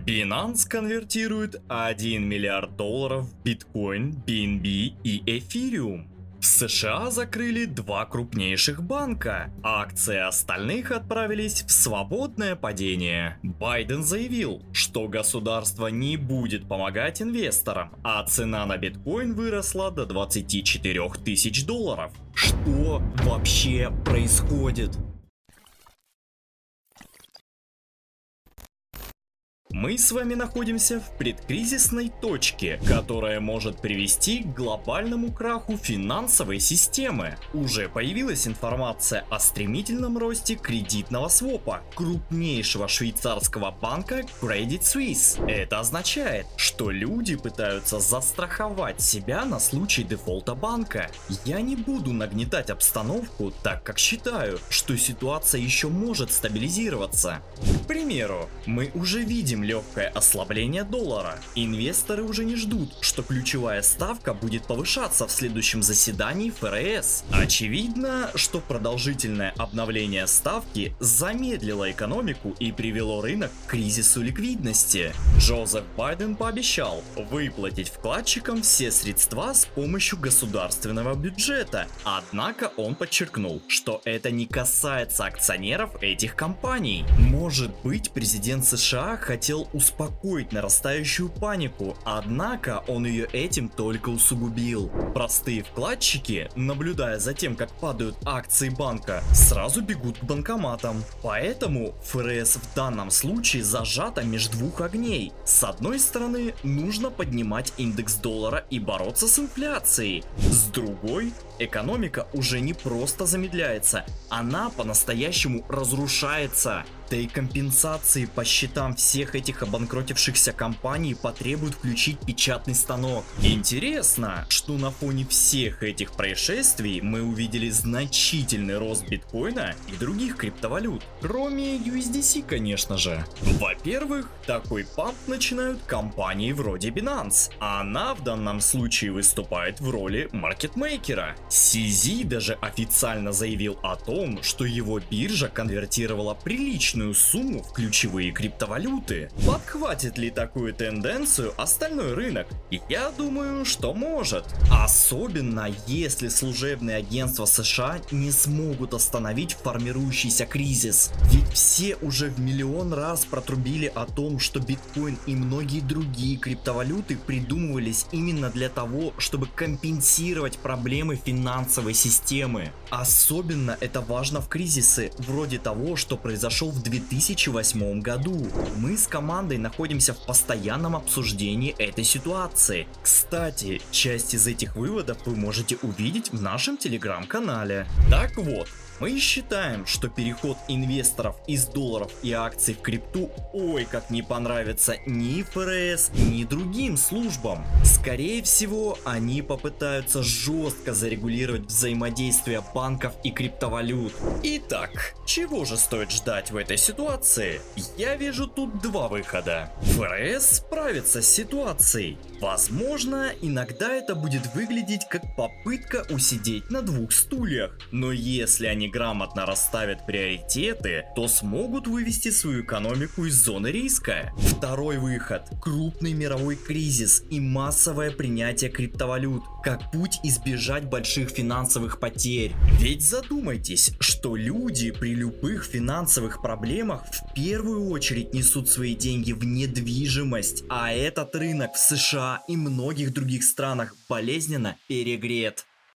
Binance конвертирует 1 миллиард долларов в биткоин, BNB и эфириум. В США закрыли два крупнейших банка, а акции остальных отправились в свободное падение. Байден заявил, что государство не будет помогать инвесторам, а цена на биткоин выросла до 24 тысяч долларов. Что вообще происходит? Мы с вами находимся в предкризисной точке, которая может привести к глобальному краху финансовой системы. Уже появилась информация о стремительном росте кредитного свопа крупнейшего швейцарского банка Credit Suisse. Это означает, что люди пытаются застраховать себя на случай дефолта банка. Я не буду нагнетать обстановку, так как считаю, что ситуация еще может стабилизироваться. К примеру, мы уже видим легкое ослабление доллара. Инвесторы уже не ждут, что ключевая ставка будет повышаться в следующем заседании ФРС. Очевидно, что продолжительное обновление ставки замедлило экономику и привело рынок к кризису ликвидности. Джозеф Байден пообещал выплатить вкладчикам все средства с помощью государственного бюджета. Однако он подчеркнул, что это не касается акционеров этих компаний. Может быть, президент США хотел успокоить нарастающую панику, однако он ее этим только усугубил. Простые вкладчики, наблюдая за тем, как падают акции банка, сразу бегут к банкоматам. Поэтому ФРС в данном случае зажата между двух огней. С одной стороны, нужно поднимать индекс доллара и бороться с инфляцией. С другой, экономика уже не просто замедляется, она по-настоящему разрушается. Да и компенсации по счетам всех этих обанкротившихся компаний потребуют включить печатный станок. Интересно, что на фоне всех этих происшествий мы увидели значительный рост биткоина и других криптовалют, кроме USDC, конечно же. Во-первых, такой памп начинают компании вроде Binance. Она в данном случае выступает в роли маркетмейкера. CZ даже официально заявил о том, что его биржа конвертировала приличную сумму в ключевые криптовалюты. Подхватит ли такую тенденцию остальной рынок? Я думаю, что может. Особенно если служебные агентства США не смогут остановить формирующийся кризис. Ведь все уже в миллион раз протрубили о том, что биткоин и многие другие криптовалюты придумывались именно для того, чтобы компенсировать проблемы финансовой системы. Особенно это важно в кризисы, вроде того, что произошел в 2008 году. Мы с командой находимся в постоянном обсуждении этой ситуации. Кстати, часть из этих выводов вы можете увидеть в нашем телеграм-канале. Так вот, мы считаем, что переход инвесторов из долларов и акций в крипту ой как не понравится ни ФРС, ни другим службам. Скорее всего, они попытаются жестко зарегулировать взаимодействие банков и криптовалют. Итак, чего же стоит ждать в этой ситуации? Я вижу тут два выхода. ФРС справится с ситуацией. Возможно, иногда это будет выглядеть как попытка усидеть на двух стульях. Но если они грамотно расставят приоритеты, то смогут вывести свою экономику из зоны риска. Второй выход – крупный мировой кризис и массовое принятие криптовалют как путь избежать больших финансовых потерь. Ведь задумайтесь, что люди при любых финансовых проблемах в первую очередь несут свои деньги в недвижимость, а этот рынок в США и многих других странах болезненно перегрет.